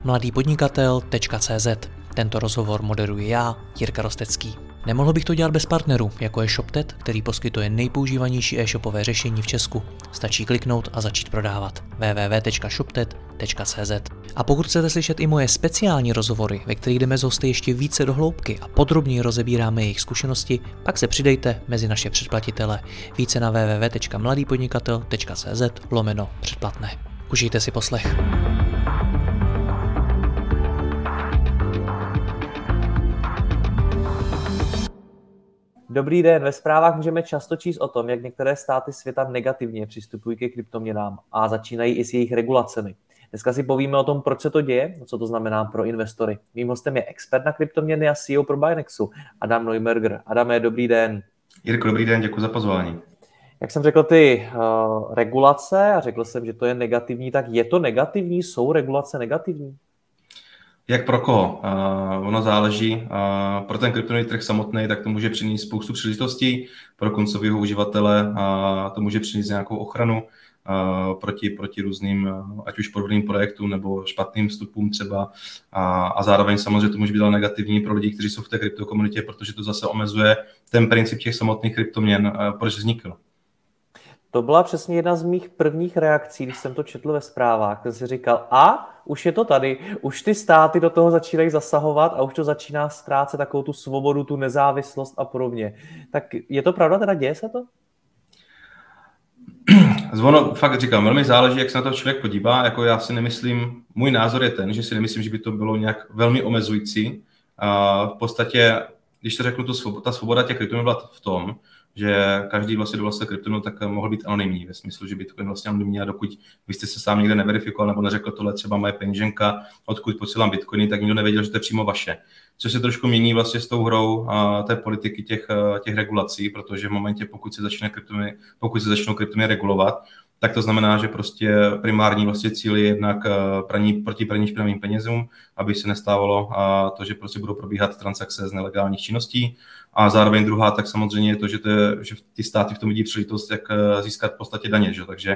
mladýpodnikatel.cz. Tento rozhovor moderuji já, Jirka Rostecký. Nemohl bych to dělat bez partnerů, jako je ShopTet, který poskytuje nejpoužívanější e-shopové řešení v Česku. Stačí kliknout a začít prodávat. www.shoptet.cz. A pokud chcete slyšet i moje speciální rozhovory, ve kterých jdeme s hosty ještě více do hloubky a podrobněji rozebíráme jejich zkušenosti, pak se přidejte mezi naše předplatitele. Více na www.mladýpodnikatel.cz/předplatné. Užijte si poslech. Dobrý den, ve zprávách můžeme často číst o tom, jak některé státy světa negativně přistupují ke kryptoměnám a začínají i s jejich regulacemi. Dneska si povíme o tom, proč se to děje, co to znamená pro investory. Mým hostem je expert na kryptoměny a CEO pro Binexu, Adam Neumerger. Adame, dobrý den. Jirko, dobrý den, děkuji za pozvání. Jak jsem řekl, ty regulace, a řekl jsem, že to je negativní, tak je to negativní? Jsou regulace negativní? Jak pro koho? Ono záleží. Pro ten kryptoměnový trh samotný, tak to může přinést spoustu příležitostí. Pro koncového uživatele to může přinést nějakou ochranu proti různým, ať už podvodným projektům nebo špatným vstupům třeba. A zároveň samozřejmě to může být ale negativní pro lidi, kteří jsou v té kryptokomunitě, protože to zase omezuje ten princip těch samotných kryptoměn, proč vznikl. To byla přesně jedna z mých prvních reakcí, když jsem to četl ve zprávách. Jsem si říkal, už je to tady, už ty státy do toho začínají zasahovat a už to začíná ztrácet takovou tu svobodu, tu nezávislost a podobně. Tak je to pravda, teda děje se to? Zvono, fakt říkám, velmi záleží, jak se na to člověk podívá. Jako já si nemyslím, můj názor je ten, že si nemyslím, že by to bylo nějak velmi omezující. V podstatě, když to řeknu, ta svoboda těch kryptoměn byla v tom, že každý vlastně do vlastně kryptoměnu tak mohl být anonymní, ve smyslu, že Bitcoin vlastně anonymní, a dokud vy jste se sám někde neverifikoval nebo neřekl, tohle třeba moje peněženka, odkud posílám Bitcoiny, tak nikdo nevěděl, že to je přímo vaše. Což se trošku mění vlastně s tou hrou té politiky těch regulací, protože v momentě, pokud se začnou kryptoměny regulovat, tak to znamená, že prostě primární vlastně cíl je jednak proti praní špinavým penězům, aby se nestávalo to, že prostě budou probíhat transakce z nelegálních činností. A zároveň druhá, tak samozřejmě je to, že ty státy v tom vidí příležitost, jak získat v podstatě daně. Že? Takže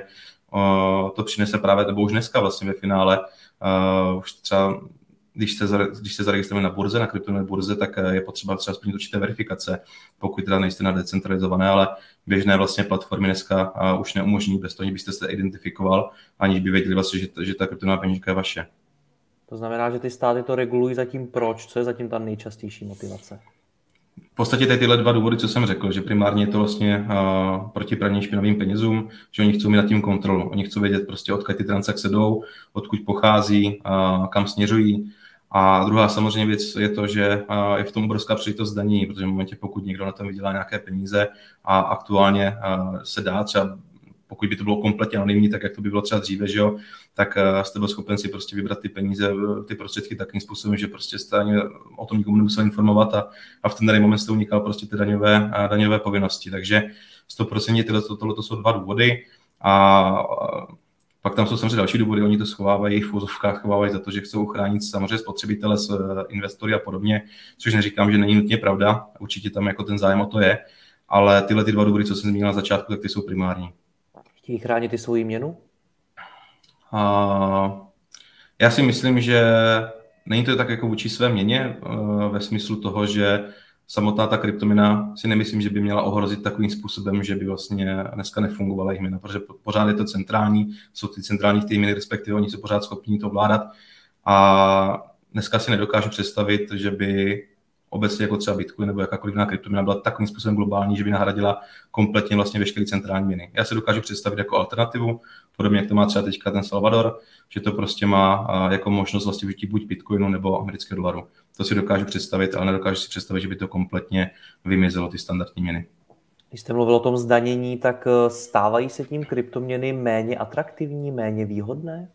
to přinese právě, nebo už dneska vlastně ve finále, už třeba když se zaregistrujeme na burze, na kryptoměnové burze, tak je potřeba třeba splnit určité verifikace, pokud teda nejste na decentralizované, ale běžné vlastně platformy dneska už neumožní bez toho, byste se identifikoval, aniž by věděli vlastně, že ta kryptoměnová penížka je vaše. To znamená, že ty státy to regulují zatím proč? Co je zatím ta nejčastější motivace? V podstatě tyhle dva důvody, co jsem řekl, že primárně je to vlastně proti praní špinavým penězům, že oni chcou mít nad tím kontrolu. Oni chcou vědět prostě, odkud ty transakce jdou, odkud pochází, kam směřují. A druhá samozřejmě věc je to, že je v tom obrovská příležitost daní, protože v momentě, pokud někdo na tom vydělá nějaké peníze a aktuálně se dá třeba, pokud by to bylo kompletně anonymní, tak jak to by bylo třeba dříve, že jo, tak jste byl schopen si prostě vybrat ty peníze, ty prostředky takým způsobem, že prostě jste ani o tom nikomu nemusel informovat a v ten daný moment jste unikal prostě ty daňové povinnosti. Takže 100% tohle jsou dva důvody a pak tam jsou samozřejmě další důvody, oni to schovávají v úzovkách, schovávají za to, že chcou ochránit samozřejmě spotřebitele, investory a podobně, což neříkám, že není nutně pravda, určitě tam jako ten zájem o to je, ale tyhle ty dva důvody, co jsem zmínil na začátku, tak ty jsou primární. Chtějí chránit i svou měnu? Já si myslím, že není to tak jako vůči své měně, ve smyslu toho, že samotná ta kryptoměna si nemyslím, že by měla ohrozit takovým způsobem, že by vlastně dneska nefungovala jejich měna, protože pořád je to centrální, jsou ty centrální ty měny, respektive oni jsou pořád schopni to ovládat. A dneska si nedokážu představit, že by obecně jako třeba Bitcoin nebo jakákoliv jiná kryptoměna byla takovým způsobem globální, že by nahradila kompletně vlastně veškeré centrální měny. Já se dokážu představit jako alternativu, podobně jak to má třeba teďka ten Salvador, že to prostě má jako možnost vlastně využít buď Bitcoinu nebo amerického dolaru. To si dokážu představit, ale nedokážu si představit, že by to kompletně vymizelo ty standardní měny. Když jste mluvil o tom zdanění, tak stávají se tím kryptoměny méně atraktivní, méně výhodné?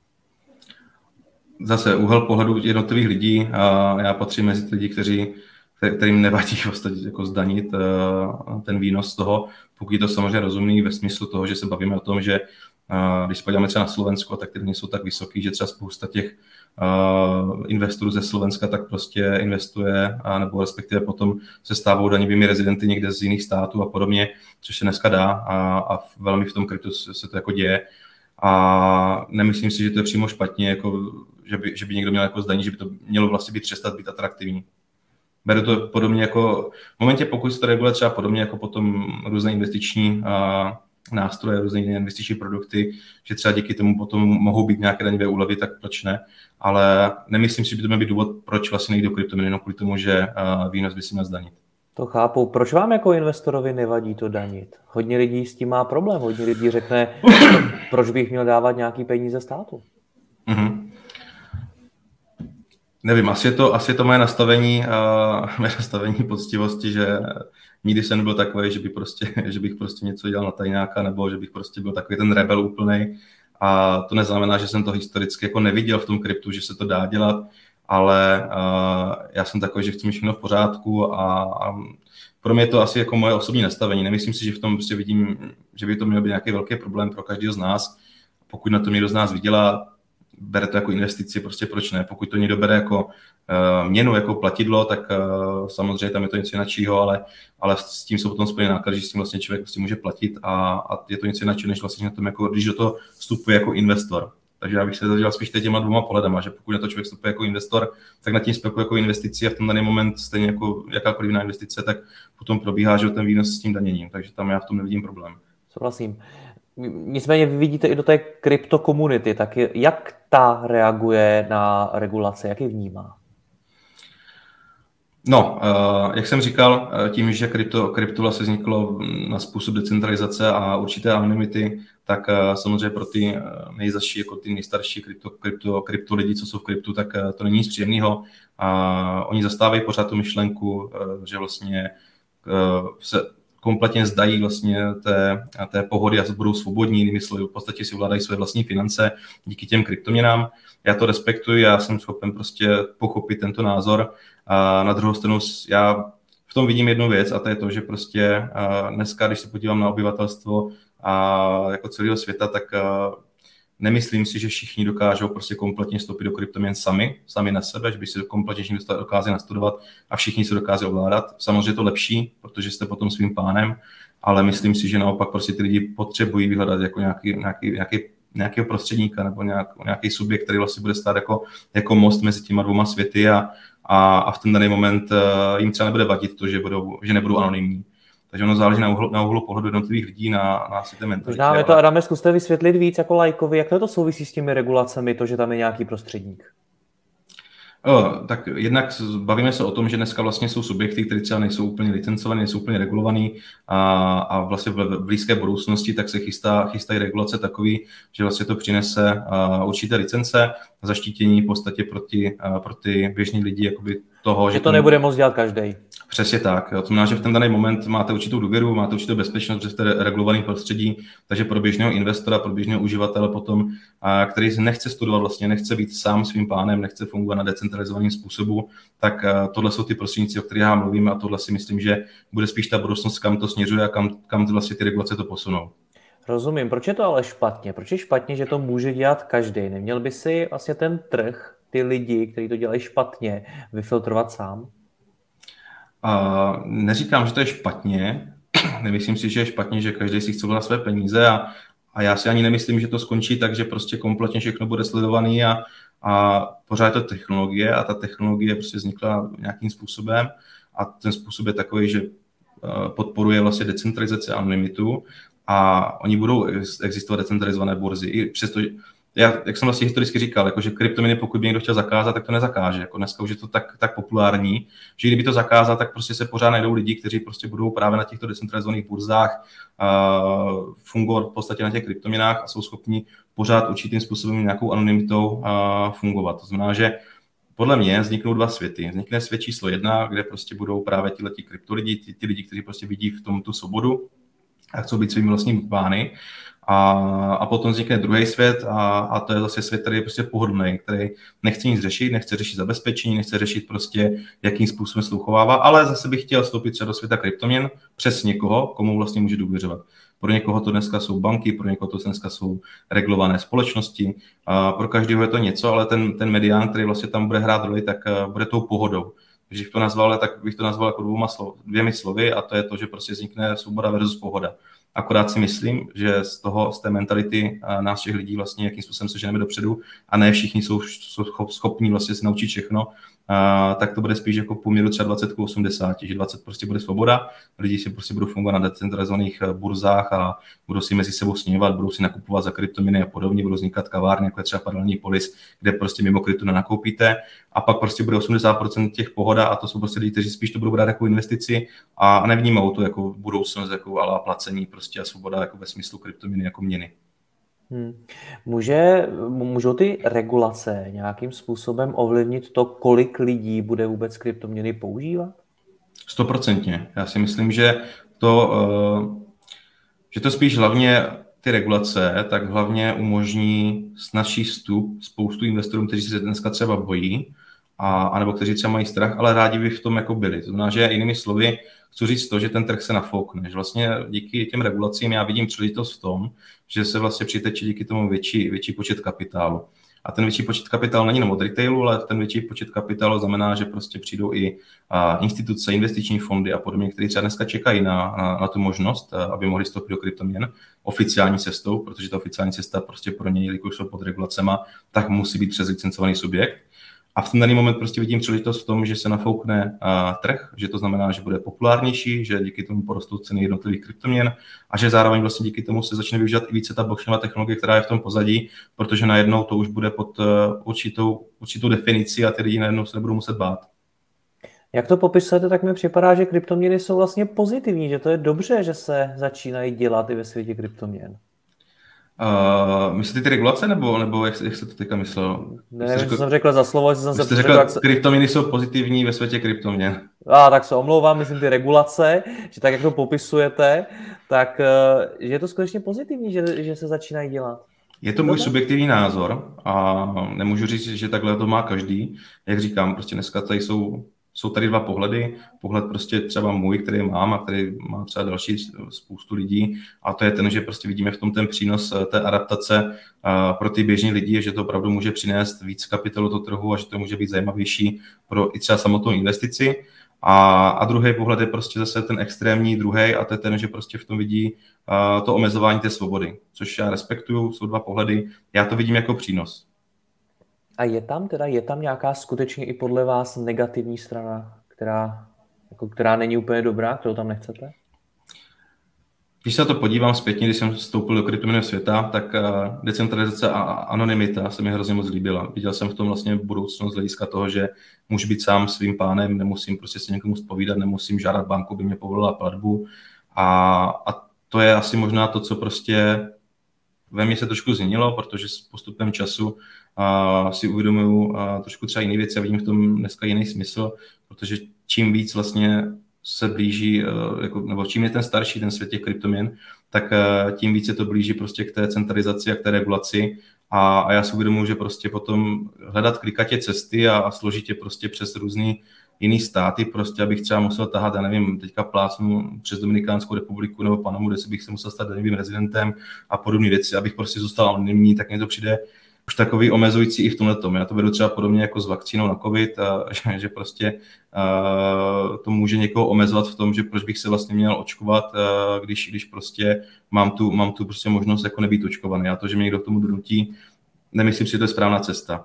Zase úhel pohledu jednotlivých lidí, já patřím mezi ty lidi, kterým nevadí vlastně jako zdanit ten výnos z toho, pokud je to samozřejmě rozumný ve smyslu toho, že se bavíme o tom, že když se podíváme třeba na Slovensko, tak ty daně jsou tak vysoký, že třeba spousta těch investorů ze Slovenska tak prostě investuje, nebo respektive potom se stávají daňovými rezidenty někde z jiných států a podobně, což se dneska dá a velmi v tom kryptu se to jako děje. a nemyslím si, že to je přímo špatně, jako, že by někdo měl jako zdaní, že by to mělo vlastně přestat být atraktivní. Beru to podobně jako v momentě, pokud se to reguluje třeba podobně jako potom různé investiční nástroje, různé investiční produkty, že třeba díky tomu potom mohou být nějaké daňové úlevy, tak proč ne? Ale nemyslím si, že by to měl být důvod, proč vlastně nejde do kryptoměn, jenom kvůli tomu, že výnos by si měl zdanit. To chápu. Proč vám jako investorovi nevadí to danit? Hodně lidí s tím má problém. Hodně lidí řekne, proč bych měl dávat nějaký peníze státu. Mm-hmm. Nevím, asi je to moje nastavení poctivosti, že nikdy jsem nebyl takový, že bych prostě něco dělal na tajňáka, nebo že bych prostě byl takový ten rebel úplnej. A to neznamená, že jsem to historicky jako neviděl v tom kryptu, že se to dá dělat, ale já jsem takový, že chci mít všechno v pořádku a pro mě je to asi jako moje osobní nastavení. Nemyslím si, že v tom prostě vidím, že by to měl být nějaký velký problém pro každého z nás. Pokud na to někdo z nás vydělá, bere to jako investici, prostě proč ne? Pokud to někdo bere jako měnu, jako platidlo, tak samozřejmě tam je to něco jiného, ale s tím jsou potom spojené náklady, že s tím vlastně člověk prostě může platit a je to něco jiného, než vlastně na tom, jako, když do toho vstupuje jako investor. Takže já bych se zadělal spíš těma dvěma pohledama, že pokud na to člověk vstupuje jako investor, tak nad tím spekuluje jako investici a v ten daný moment stejně jako jakákoliv jiná investice, tak potom probíhá, že ten výnos s tím daněním, takže tam já v tom nevidím problém. Souhlasím. Nicméně vy vidíte i do té kryptokomunity, tak jak ta reaguje na regulace, jak ji vnímá? No, jak jsem říkal, tím, že krypto vlastně vzniklo na způsob decentralizace a určité anonymity, tak samozřejmě pro ty nejzazší, jako ty nejstarší krypto lidi, co jsou v kryptu, tak to není nic příjemného. Oni zastávají pořád tu myšlenku, že vlastně se kompletně zdají vlastně té pohody a budou svobodní, jinými slovy, v podstatě si ovládají své vlastní finance díky těm kryptoměnám. Já to respektuji, já jsem schopen prostě pochopit tento názor. A na druhou stranu já v tom vidím jednu věc a to je to, že prostě dneska, když se podívám na obyvatelstvo a jako celého světa, tak nemyslím si, že všichni dokážou prostě kompletně vstoupit do kryptoměn sami na sebe, že by si kompletně všichni dokázali nastudovat a všichni se dokázali ovládat. Samozřejmě je to lepší, protože jste potom svým pánem, ale myslím si, že naopak prostě ty lidi potřebují vyhledat jako nějakého prostředníka nebo nějaký subjekt, který vlastně bude stát jako most mezi těma dvěma světy a v ten daný moment jim třeba nebude vadit to, že nebudou anonymní. Takže ono záleží na úhlu pohledu jednotlivých lidí, na světě mentalitě. Možná mi to, Adame, zkuste vysvětlit víc jako laikovi, jak to souvisí s těmi regulacemi, to, že tam je nějaký prostředník? Tak jednak bavíme se o tom, že dneska vlastně jsou subjekty, které třeba nejsou úplně licencované, nejsou úplně regulovaný a vlastně v blízké budoucnosti tak se chystají regulace takový, že vlastně to přinese určité licence, zaštítění v podstatě pro ty běžní lidi jakoby toho, že to nebude moc dělat každý. Přesně tak. To znamená, že v ten daný moment máte určitou důvěru, máte určitou bezpečnost, protože jste regulovaný prostředí, takže pro běžného investora, pro běžného uživatele potom, který nechce studovat vlastně, nechce být sám svým pánem, nechce fungovat na decentralizovaném způsobu, tak tohle jsou ty prostředníci, o kterých já mluvím a tohle si myslím, že bude spíš ta budoucnost, kam to směřuje a kam vlastně ty regulace to posunou. Rozumím. Proč je to ale špatně? Proč je špatně, že to může dělat každý? Neměl by si vlastně ten trh, ty lidi, kteří to dělají špatně, vyfiltrovat sám? Neříkám, že to je špatně. Nemyslím si, že je špatně, že každý si chce dát své peníze a já si ani nemyslím, že to skončí tak, že prostě kompletně všechno bude sledovaný a pořád je to technologie a ta technologie prostě vznikla nějakým způsobem a ten způsob je takový, že podporuje vlastně decentralizaci a anonymitu a oni budou existovat decentralizované burzy. I přesto, jak jsem vlastně historicky říkal, jako že kryptoměny, pokud by někdo chtěl zakázat, tak to nezakáže. Jako dneska už je to tak populární, že kdyby to zakázal, tak prostě se pořád najdou lidi, kteří prostě budou právě na těchto decentralizovaných burzách fungovat v podstatě na těch kryptoměnách a jsou schopni pořád určitým způsobem nějakou anonymitou fungovat. To znamená, že podle mě vzniknou dva světy. Vznikne svět číslo 1, kde prostě budou právě ti kryptolidi, ty lidi, kteří prostě vidí v tom tu svobodu a chcou být svými vlastními pány. A potom vznikne druhý svět a to je zase svět, který je prostě pohodlný, který nechce nic řešit, nechce řešit zabezpečení, nechce řešit prostě, jakým způsobem se uchovává, ale zase bych chtěl vstoupit třeba do světa kryptoměn přes někoho, komu vlastně může důvěřovat. Pro někoho to dneska jsou banky, pro někoho to dneska jsou regulované společnosti, a pro každého je to něco, ale ten medián, který vlastně tam bude hrát roli, tak bude tou pohodou. Když bych to nazval, tak bych to nazval jako dvěmi slovy a to je to, že prostě vznikne svoboda versus pohoda. Akorát si myslím, že z té mentality nás těch lidí vlastně, jakým způsobem se ženeme dopředu a ne všichni jsou schopní vlastně se naučit všechno, tak to bude spíš jako poměru třeba 20:80, že 20 prostě bude svoboda, lidi si prostě budou fungovat na decentralizovaných burzách a budou si mezi sebou směňovat, budou si nakupovat za kryptoměny a podobně, budou vznikat kavárny, jako je třeba Paralelní polis, kde prostě mimo kryptu nenakoupíte, a pak prostě bude 80% těch pohoda a to jsou prostě lidi, kteří spíš to budou brát jako investici a nevnímou to jako budoucnost, jako ala placení prostě a svoboda jako ve smyslu kryptoměny jako měny. Můžou ty regulace nějakým způsobem ovlivnit to, kolik lidí bude vůbec kryptoměny používat? 100%. Já si myslím, že to spíš hlavně ty regulace, tak hlavně umožní snazší vstup spoustu investorům, kteří se dneska třeba bojí, anebo kteří třeba mají strach, ale rádi by v tom jako byli. To znamená, že jinými slovy chci říct to, že ten trh se nafoukne. Že vlastně díky těm regulacím já vidím příležitost v tom, že se vlastně přitečí díky tomu větší počet kapitálu. A ten větší počet kapitálu není jenom od retailu, ale ten větší počet kapitálu znamená, že prostě přijdou i instituce, investiční fondy a podobně, které třeba dneska čekají na tu možnost, aby mohli vstoupit do kryptoměn oficiální cestou, protože ta oficiální cesta prostě pro ně, jelikož jsou pod regulacema, tak musí být přes licencovaný subjekt. A v ten daný moment prostě vidím příležitost v tom, že se nafoukne trh, že to znamená, že bude populárnější, že díky tomu porostou ceny jednotlivých kryptoměn a že zároveň vlastně díky tomu se začne využívat i více ta blockchainová technologie, která je v tom pozadí, protože najednou to už bude pod určitou definici a ty lidi najednou se nebudou muset bát. Jak to popisujete, tak mi připadá, že kryptoměny jsou vlastně pozitivní, že to je dobře, že se začínají dělat i ve světě kryptoměn. Myslíte ty regulace, nebo jak se to teďka myslel? Nevím, co jsem řekl za slovo, jestli jsem se řekl, kryptoměny jsou pozitivní ve světě kryptoměn. Tak se omlouvám, myslím ty regulace, že tak, jak to popisujete, tak že je to skutečně pozitivní, že se začínají dělat. Je to můj subjektivní názor a nemůžu říct, že takhle to má každý. Jak říkám, prostě dneska tady jsou tady dva pohledy. Pohled prostě třeba můj, který mám a který má třeba další spoustu lidí, a to je ten, že prostě vidíme v tom ten přínos té adaptace pro ty běžní lidi, že to opravdu může přinést víc kapitálu do trhu a že to může být zajímavější pro i třeba samotnou investici. A druhý pohled je prostě zase ten extrémní druhý, a to je ten, že prostě v tom vidí to omezování té svobody, což já respektuju, jsou dva pohledy, já to vidím jako přínos. A je tam nějaká skutečně i podle vás negativní strana, která není úplně dobrá, kterou tam nechcete? Když se na to podívám zpětně, když jsem vstoupil do kryptoměnového světa, tak decentralizace a anonymita se mi hrozně moc líbila. Viděl jsem v tom vlastně budoucnost z hlediska toho, že můžu být sám svým pánem, nemusím prostě se někomu zpovídat, nemusím žádat banku, by mě povolila platbu. A to je asi možná to, co prostě ve mně se trošku změnilo, protože s postupem času si uvědomuju trošku třeba jiné věci a vidím v tom dneska jiný smysl, protože čím víc vlastně se blíží, nebo čím je ten starší ten svět těch kryptoměn, tak tím více to blíží prostě k té centralizaci a k té regulaci. A já si uvědomuji, že prostě potom hledat klikatě cesty a složitě prostě přes různý jiný státy, prostě abych třeba musel tahat, já nevím, teďka plácnu přes Dominikánskou republiku nebo Panamu, kde bych se musel stát daným rezidentem a podobné věci, abych prostě zůstal anonymní, tak mně to přijde už takový omezující i v tomhletom. Já to beru třeba podobně jako s vakcínou na covid, že prostě to může někoho omezovat v tom, že proč bych se vlastně měl očkovat, když prostě mám tu prostě možnost jako nebýt očkovaný. A to, že mě někdo k tomu donutí, nemyslím si, že to je správná cesta.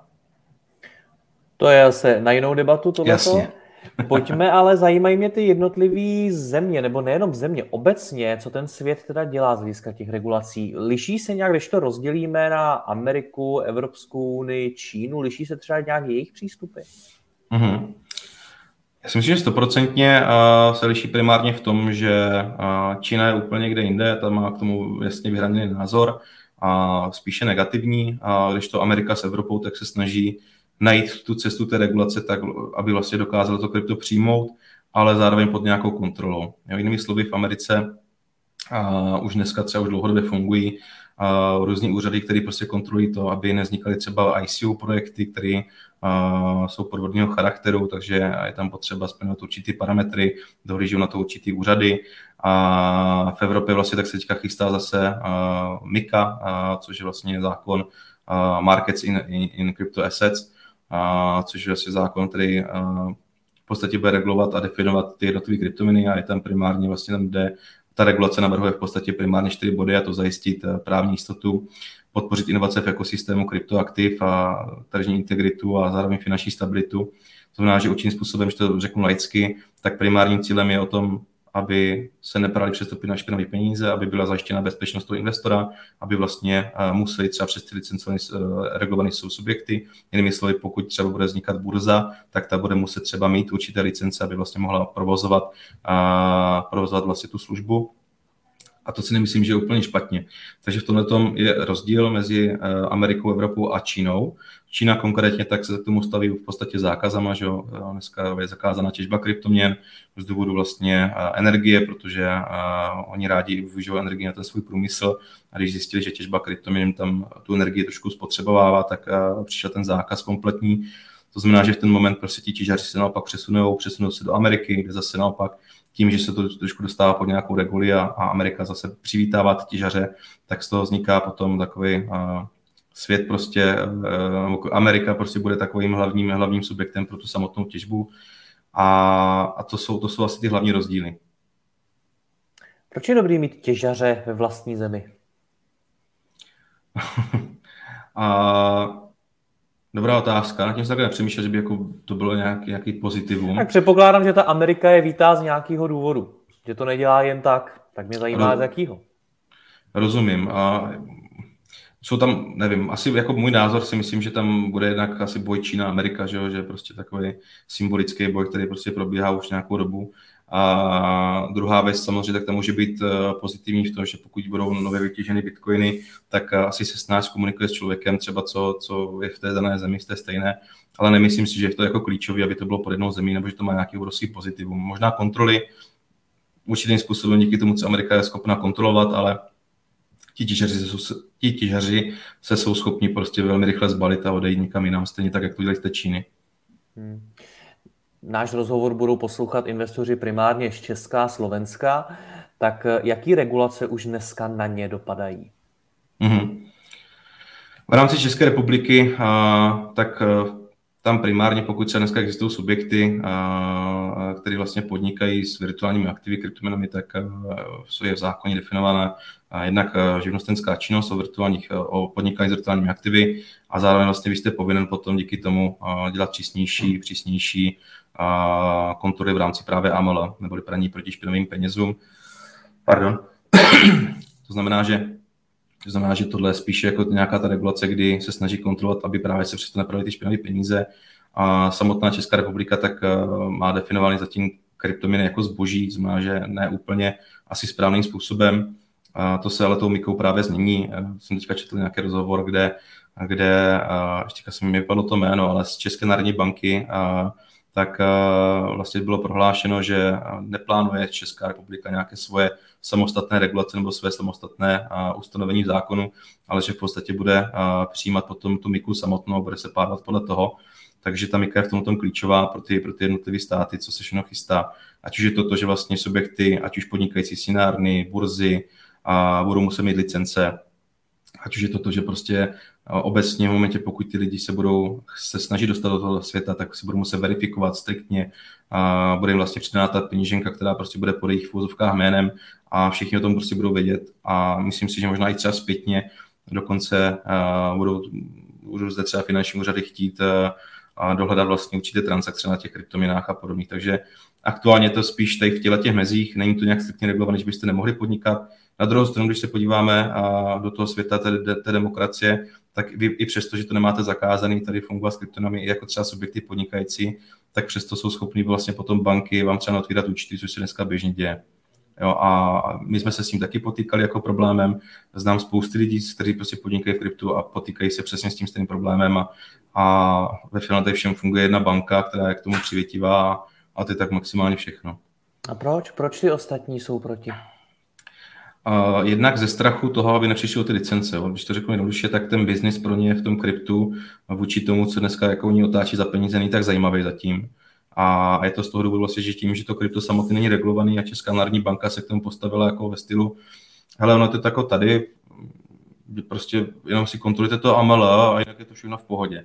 To je asi na jinou debatu tohleto. Jasně. Pojďme, ale zajímají mě ty jednotlivé země, nebo nejenom země, obecně, co ten svět teda dělá z hlediska těch regulací. Liší se nějak, když to rozdělíme na Ameriku, Evropskou unii, Čínu, liší se třeba nějak jejich přístupy? Mm-hmm. Já si myslím, že 100% se liší primárně v tom, že Čína je úplně někde jinde, tam má k tomu jasně vyhraněný názor a spíše negativní, a když to Amerika s Evropou, tak se snaží najít tu cestu té regulace tak, aby vlastně dokázalo to krypto přijmout, ale zároveň pod nějakou kontrolou. Jinými slovy, v Americe už dneska třeba už dlouhodobě fungují různý úřady, které prostě kontrolují to, aby nevznikaly třeba ICO projekty, které jsou podvodného charakteru, takže je tam potřeba splňovat určitý parametry, dohlíží na to určitý úřady. A v Evropě vlastně tak se teďka chystá zase MiCA, což je vlastně zákon Markets in Crypto Assets, což je vlastně zákon, který v podstatě bude regulovat a definovat ty jednotlivé kryptoměny, a je tam primárně vlastně tam jde ta regulace navrhuje v podstatě primárně 4 body, a to zajistit právní jistotu, podpořit inovace v ekosystému kryptoaktiv a tržní integritu a zároveň finanční stabilitu. To znamená, že určitým způsobem, že to řeknu laicky, tak primárním cílem je o tom, aby se neprali přestupy na špinavé peníze, aby byla zajištěna bezpečnost toho investora, aby vlastně museli třeba přes ty licencované regulované subjekty. Jinými slovy, pokud třeba bude vznikat burza, tak ta bude muset třeba mít určité licence, aby vlastně mohla provozovat vlastně tu službu. A to si nemyslím, že je úplně špatně. Takže v tomhle tom je rozdíl mezi Amerikou, Evropou a Čínou. Čína konkrétně tak se k tomu staví v podstatě zákazama, že jo, dneska je zakázána těžba kryptoměn z důvodu vlastně energie, protože oni rádi využívají energii na ten svůj průmysl, a když zjistili, že těžba kryptoměn tam tu energii trošku spotřebovává, tak přišel ten zákaz kompletní. To znamená, že v ten moment prostě ti těžaři se naopak přesunou se do Ameriky, kde zase naopak tím, že se to trošku dostává pod nějakou reguli a Amerika zase přivítává ty těžaře, tak z toho vzniká potom takový svět prostě, Amerika prostě bude takovým hlavním subjektem pro tu samotnou těžbu, a to jsou asi ty hlavní rozdíly. Proč je dobrý mít těžaře ve vlastní zemi? Dobrá otázka, na tím se takhle nepřemýšlel, že by jako to bylo nějaký pozitivum. Tak předpokládám, že ta Amerika je vítá z nějakého důvodu, že to nedělá jen tak mě zajímá z jakýho. Rozumím. Jsou tam, nevím, asi jako můj názor si myslím, že tam bude jednak asi boj Čína-Amerika, že prostě takový symbolický boj, který prostě probíhá už nějakou dobu. A druhá věc samozřejmě, tak tam může být pozitivní v tom, že pokud budou nově vytěženy bitcoiny, tak asi se snáš komunikuje s člověkem, třeba co je v té dané zemi, z té stejné, ale nemyslím si, že je to jako klíčové, aby to bylo pod jednou zemí, nebo že to má nějaký obrovský pozitivum. Možná kontroly určitým způsobem díky tomu, co Amerika je schopná kontrolovat, ale ti těžaři se jsou schopni prostě velmi rychle zbalit a odejít někam jinam, stejně tak, jak to dělají z té Číny. Náš rozhovor budou poslouchat investoři primárně z Česka a Slovenska, tak jaký regulace už dneska na ně dopadají? V rámci České republiky tak tam primárně, pokud se dneska existují subjekty, které vlastně podnikají s virtuálními aktivy, kryptoměnami, tak je v zákoně definovaná jednak živnostenská činnost o podnikání s virtuálními aktivy, a zároveň vlastně vy jste povinen potom díky tomu dělat přísnější kontroly v rámci právě AML, neboli praní proti špinavým penězům. Pardon. To znamená, že tohle je spíše jako nějaká ta regulace, kdy se snaží kontrolovat, aby právě se přesto neprali ty špinavé peníze. A samotná Česká republika tak má definovaný zatím kryptoměny jako zboží, znamená, že ne úplně asi správným způsobem. To se ale tou Mikou právě změní. Jsem teďka četl nějaký rozhovor, kde ještě se mi vypadlo to jméno, ale z České národní banky, tak vlastně bylo prohlášeno, že neplánuje Česká republika nějaké svoje samostatné regulace nebo své samostatné ustanovení v zákonu, ale že v podstatě bude přijímat potom tu Miku samotnou, bude se pádovat podle toho. Takže ta Mika je v tomto klíčová pro ty jednotlivé státy, co se všechno chystá. Ať už je to, že vlastně subjekty, ať už podnikající scenárny, burzy, budou muset mít licence, ať už je to, že prostě obecně v momentě, pokud ty lidi se snaží dostat do toho světa, tak si budou muset verifikovat striktně, bude jim vlastně přidána ta peníženka, která prostě bude pod jejich vozovkách jménem, a všichni o tom prostě budou vědět, a myslím si, že možná i třeba zpětně dokonce budou zde třeba finanční úřady chtít dohledat vlastně určité transakce na těch kryptoměnách a podobných. Takže aktuálně to spíš tady v těch mezích, není to nějak striktně regulované, že byste nemohli podnikat. Na druhou stranu, když se podíváme do toho světa té demokracie, tak vy i přesto, že to nemáte zakázaný tady fungovat s kryptoměnami jako třeba subjekty podnikající, tak přesto jsou schopní vlastně potom banky vám třeba otvírat účty, což se dneska běžně děje. Jo, a my jsme se s tím taky potýkali jako problémem. Znám spousty lidí, kteří prostě podnikají v kryptu a potýkají se přesně s tím stejným problémem, a ve finále tady všem funguje jedna banka, která je k tomu přivětivá, a to je tak maximálně všechno. A proč? Proč ty ostatní jsou proti? Jednak ze strachu toho, aby nepřišly ty licence. Když to řeknu jednoduše, tak ten biznis pro ně v tom kryptu vůči tomu, co dneska jako oni otáčí za peníze, není tak zajímavý zatím. A je to z toho důvodu vlastně, že tím, že to krypto samotný není regulovaný a Česká národní banka se k tomu postavila jako ve stylu, hele, ono to je jako tady, prostě jenom si kontrolujete to AML a jinak je to všechno v pohodě.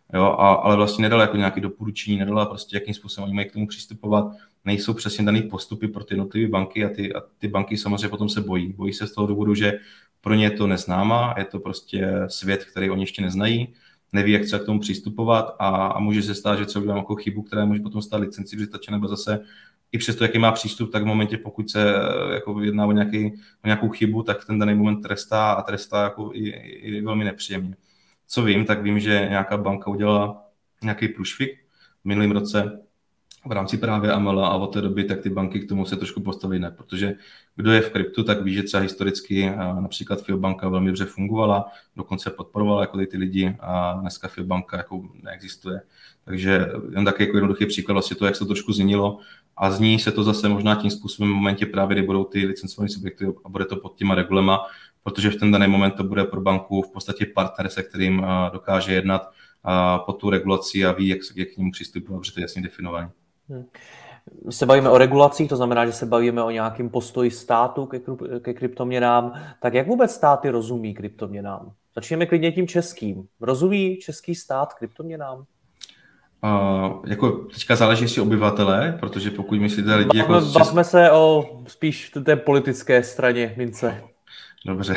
Jo, ale vlastně nedala jako nějaké doporučení, nedala prostě, jakým způsobem oni mají k tomu přistupovat. Nejsou přesně daný postupy pro ty jednotlivé banky a ty banky samozřejmě potom se bojí. Bojí se z toho důvodu, že pro ně je to neznámá, je to prostě svět, který oni ještě neznají, neví, jak chce k tomu přistupovat a může se stát, že třeba udělám jako chybu, která může potom stát licenci přitače, nebo zase i přesto, jaký má přístup, tak v momentě, pokud se jako jedná o nějakou chybu, tak v ten daný moment trestá a trestá jako i velmi nepříjemně. Co vím, tak vím, že nějaká banka udělala nějaký průšvih v minulém roce v rámci právě AML a od té doby tak ty banky k tomu se trošku postavily jinak, protože kdo je v kryptu, tak ví, že třeba historicky například FIObanka velmi dobře fungovala, dokonce podporovala jako ty lidi a dneska FIObanka jako neexistuje. Takže jen taky jako jednoduchý příklad vlastně to, jak se to trošku změnilo a zní se to zase možná tím způsobem v momentě právě, kdy budou ty licencované subjekty a bude to pod těma regulema, protože v ten daný moment to bude pro banku v podstatě partner, se kterým dokáže jednat pod tu regulací a ví, jak k němu přistupovat, protože to je jasně definované. Se bavíme o regulacích, to znamená, že se bavíme o nějakém postoji státu ke kryptoměnám. Tak jak vůbec státy rozumí kryptoměnám? Začněme klidně tím českým. Rozumí český stát kryptoměnám? Jako teďka záleží, jestli obyvatelé, protože pokud myslíte lidi jako... Bavme se o spíš té politické straně mince. Dobře.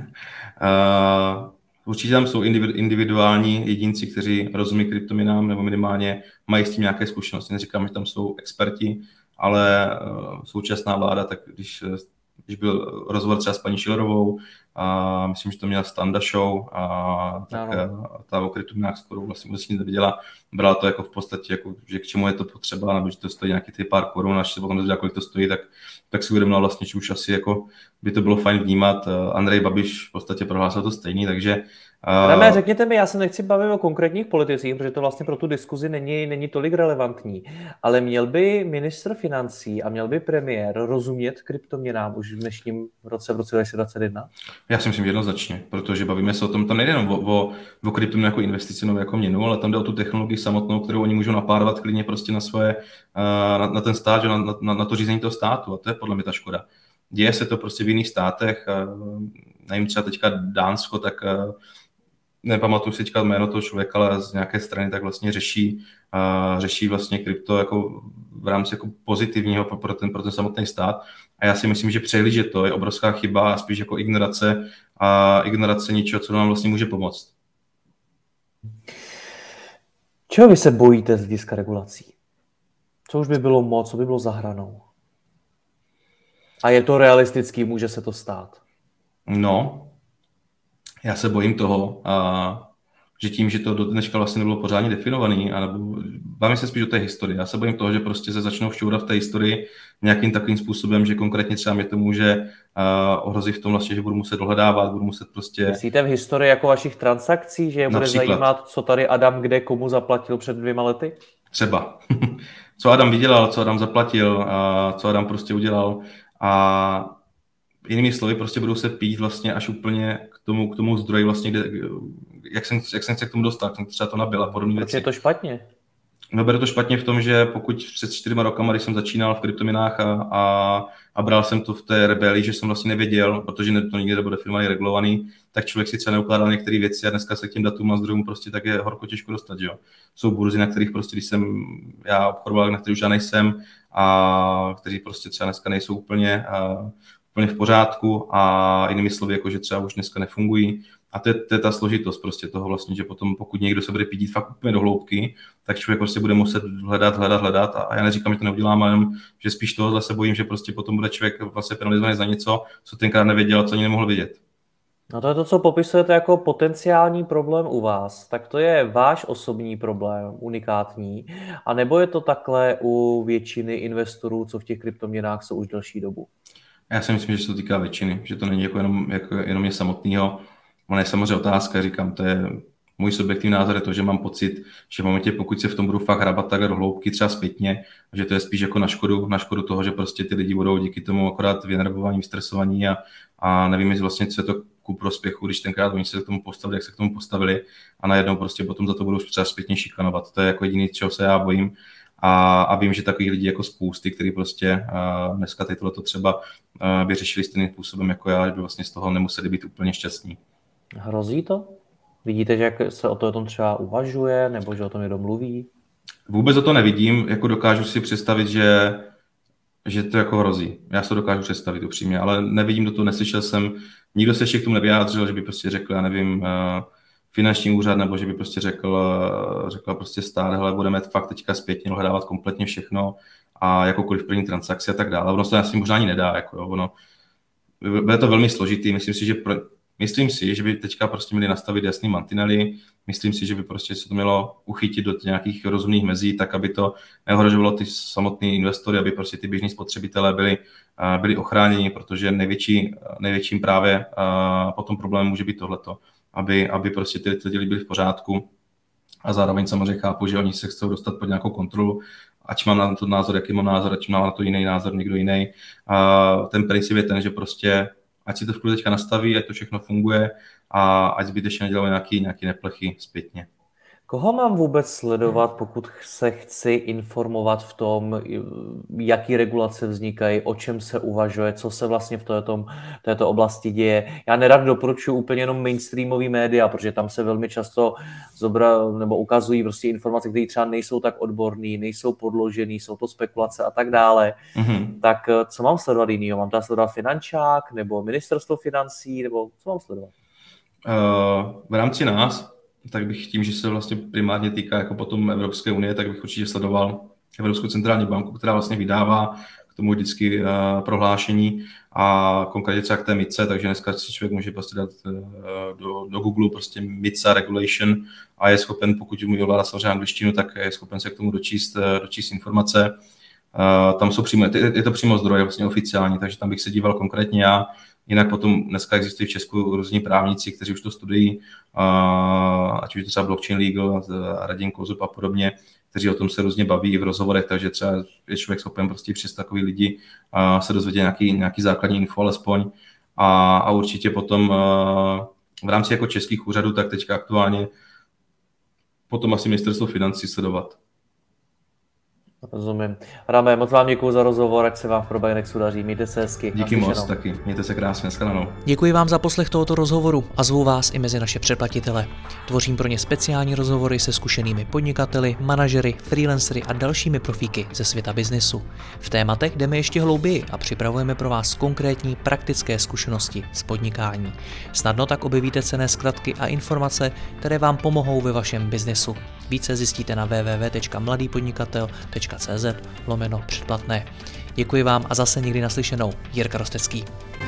Určitě tam jsou individuální jedinci, kteří rozumí kryptoměnám nebo minimálně mají s tím nějaké zkušenosti. Neříkám, že tam jsou experti, ale současná vláda, tak když byl rozhovor třeba s paní Schillerovou, a myslím, že to měla Standa Show, a tak ta o kryptoměnách skoro vlastně vůbec nic neviděla. Brala to jako v podstatě, jako, že k čemu je to potřeba, nebo že to stojí nějaký ty pár korun, až se potom dozvěděla, kolik to stojí, tak si uvědomila vlastně, že už asi jako by to bylo fajn vnímat. Andrej Babiš v podstatě prohlásil to stejný, takže řekněte mi, já se nechci bavit o konkrétních politicích, protože to vlastně pro tu diskuzi není tolik relevantní, ale měl by ministr financí a měl by premiér rozumět kryptoměnám už v dnešním roce, v roce 2021? Já si myslím, že jednoznačně, protože bavíme se o tom, tam nejde jenom o kryptoměnu jako investici nebo jako měnu, ale tam jde o tu technologii samotnou, kterou oni můžou napárovat klidně prostě na svoje, na ten stát, na to řízení toho státu, a to je podle mě ta škoda. Děje se to prostě v jiných státech, nevím, třeba teďka Dánsko, tak nepamatuju si teďka jméno toho člověka, ale z nějaké strany tak vlastně řeší vlastně krypto jako v rámci jako pozitivního pro ten samotný stát. A já si myslím, že přehlížet to je obrovská chyba a spíš jako ignorace něčeho, co nám vlastně může pomoct. Čeho vy se bojíte z hlediska regulací? Co už by bylo moc, co by bylo za hranou? A je to realistický, může se to stát? No, já se bojím toho, že tím, že to do dneška vlastně nebylo pořádně definovaný, anebo bavím se spíš o té historii. Já se bojím toho, že prostě se začnou všourat v té historii nějakým takovým způsobem, že konkrétně třeba mě to může ohrozit v tom vlastně, že budu muset dohledávat, budu muset prostě... Myslíte v historii jako vašich transakcí, že je bude zajímat, co tady Adam kde komu zaplatil před 2 lety? Třeba. Co Adam vydělal, co Adam zaplatil, co Adam prostě udělal. A jinými slovy prostě budou se pít vlastně až úplně k tomu zdroji vlastně, kde, jak jsem se k tomu dostal, jsem třeba to nabil a podobné věci. Proč je to špatně? No, beru to špatně v tom, že pokud před 4 rokama, když jsem začínal v kryptoměnách a bral jsem to v té rebelii, že jsem vlastně nevěděl, protože to nikdy nebude definovaný, regulovaný, tak člověk si třeba neukládal některé věci a dneska se k těm datům a zdrojům prostě tak je horko těžko dostat, že jo. Jsou burzy, na kterých prostě, když jsem já obchodoval, na kterých už já nejsem a kteří prostě třeba dneska nejsou úplně v pořádku a jinými slovy, jako že třeba už dneska nefungují. A to je ta složitost prostě toho vlastně, že potom pokud někdo se bude pídit fakt úplně do hloubky, tak člověk prostě bude muset hledat a já neříkám, že to neudělám, ale jenom, že spíš tohohle se bojím, že prostě potom bude člověk vlastně penalizovaný za něco, co tenkrát nevěděl, co ani nemohl vidět. No to je to, co popisujete jako potenciální problém u vás. Tak to je váš osobní problém, unikátní, a nebo je to takhle u většiny investorů, co v těch kryptoměnách jsou už delší dobu? Já si myslím, že se to týká většiny, že to není jenom mě samotného. Ona je samozřejmě otázka, říkám, to je můj subjektivní názor, je to, že mám pocit, že v momentě, pokud se v tom budu fakt hrabat takhle do hloubky, třeba zpětně, že to je spíš jako na škodu toho, že prostě ty lidi budou díky tomu akorát vynervovaní, vystresovaní a nevím, jestli vlastně, co je to ku prospěchu, když tenkrát oni se k tomu postavili, jak se k tomu postavili a najednou prostě potom za to budou třeba zpětně šikanovat. To je jako jediný, čeho se já bojím. A vím, že takových lidí jako spousty, kteří prostě dneska to třeba vyřešili stejným způsobem jako já, že by vlastně z toho nemuseli být úplně šťastní. Hrozí to? Vidíte, že jak se o tom třeba uvažuje, nebo že o tom někdo mluví? Vůbec o to nevidím, jako dokážu si představit, že to jako hrozí. Já si to dokážu představit upřímně, ale nevidím do toho, neslyšel jsem, nikdo se ještě k tomu nevyjádřil, že by prostě řekl, já nevím, finanční úřad, nebo že by prostě řekla prostě stát, hele, budeme fakt teďka zpětně dohledávat kompletně všechno a jakoukoliv první transakci a tak dále. Ono se to asi možná ani nedá, jako jo, ono bude to velmi složitý, myslím si, že by teďka prostě měli nastavit jasný mantinely, myslím si, že by prostě se to mělo uchytit do nějakých rozumných mezí, tak aby to neohrožovalo ty samotné investory, aby prostě ty běžní spotřebitelé byli ochráněni, protože největším právě potom problémem může být tohleto, aby prostě ty lidi byli v pořádku a zároveň samozřejmě chápu, že oni se chcou dostat pod nějakou kontrolu, ať mám na to názor, jaký mám názor, ať mám na to jiný názor, někdo jiný. Ten princip je ten, že prostě ať si to v klidu teďka nastaví, ať to všechno funguje a ať zbytečně nedělají nějaký neplechy zpětně. Koho mám vůbec sledovat, pokud se chci informovat v tom, jaký regulace vznikají, o čem se uvažuje, co se vlastně v této oblasti děje? Já nerad doporučuji úplně jenom mainstreamový média, protože tam se velmi často nebo ukazují prostě informace, které třeba nejsou tak odborné, nejsou podložené, jsou to spekulace a tak dále. Mm-hmm. Tak co mám sledovat jinýho? Mám tam sledovat Finančák nebo Ministerstvo financí, nebo co mám sledovat? V rámci nás tak bych tím, že se vlastně primárně týká jako potom Evropské unie, tak bych určitě sledoval Evropskou centrální banku, která vlastně vydává k tomu vždycky prohlášení a konkrétně třeba k té MiCE, takže dneska si člověk může prostě dát do Google prostě MiCA regulation a je schopen, pokud mu ovládá samozřejmě angličtinu, tak je schopen se k tomu dočíst informace. Tam jsou přímo, je to přímo zdroje vlastně oficiální, takže tam bych se díval konkrétně já. Jinak potom dneska existují v Česku různí právníci, kteří už to studují, ať už třeba Blockchain Legal, Radim Kozub a podobně, kteří o tom se různě baví i v rozhovorech, takže třeba je člověk schopen prostě přes takový lidi se dozvědět nějaký základní info alespoň. A určitě potom v rámci jako českých úřadů, tak teďka aktuálně potom asi Ministerstvo financí sledovat. Rozumím. Adame, moc vám děkuji za rozhovor, ať se vám v ProBinexu daří. Mějte se hezky. Díky moc taky. Mějte se krásně. Shledanou. Děkuji vám za poslech tohoto rozhovoru a zvu vás i mezi naše předplatitele. Tvořím pro ně speciální rozhovory se zkušenými podnikateli, manažery, freelancery a dalšími profíky ze světa biznesu. V tématech jdeme ještě hlouběji a připravujeme pro vás konkrétní praktické zkušenosti z podnikání. Snadno tak objevíte cenné zkratky a informace, které vám pomohou ve vašem biznesu. Více zjistíte na www.mladýpodnikatel.cz/předplatné. Děkuji vám a zase někdy naslyšenou. Jirka Rostecký.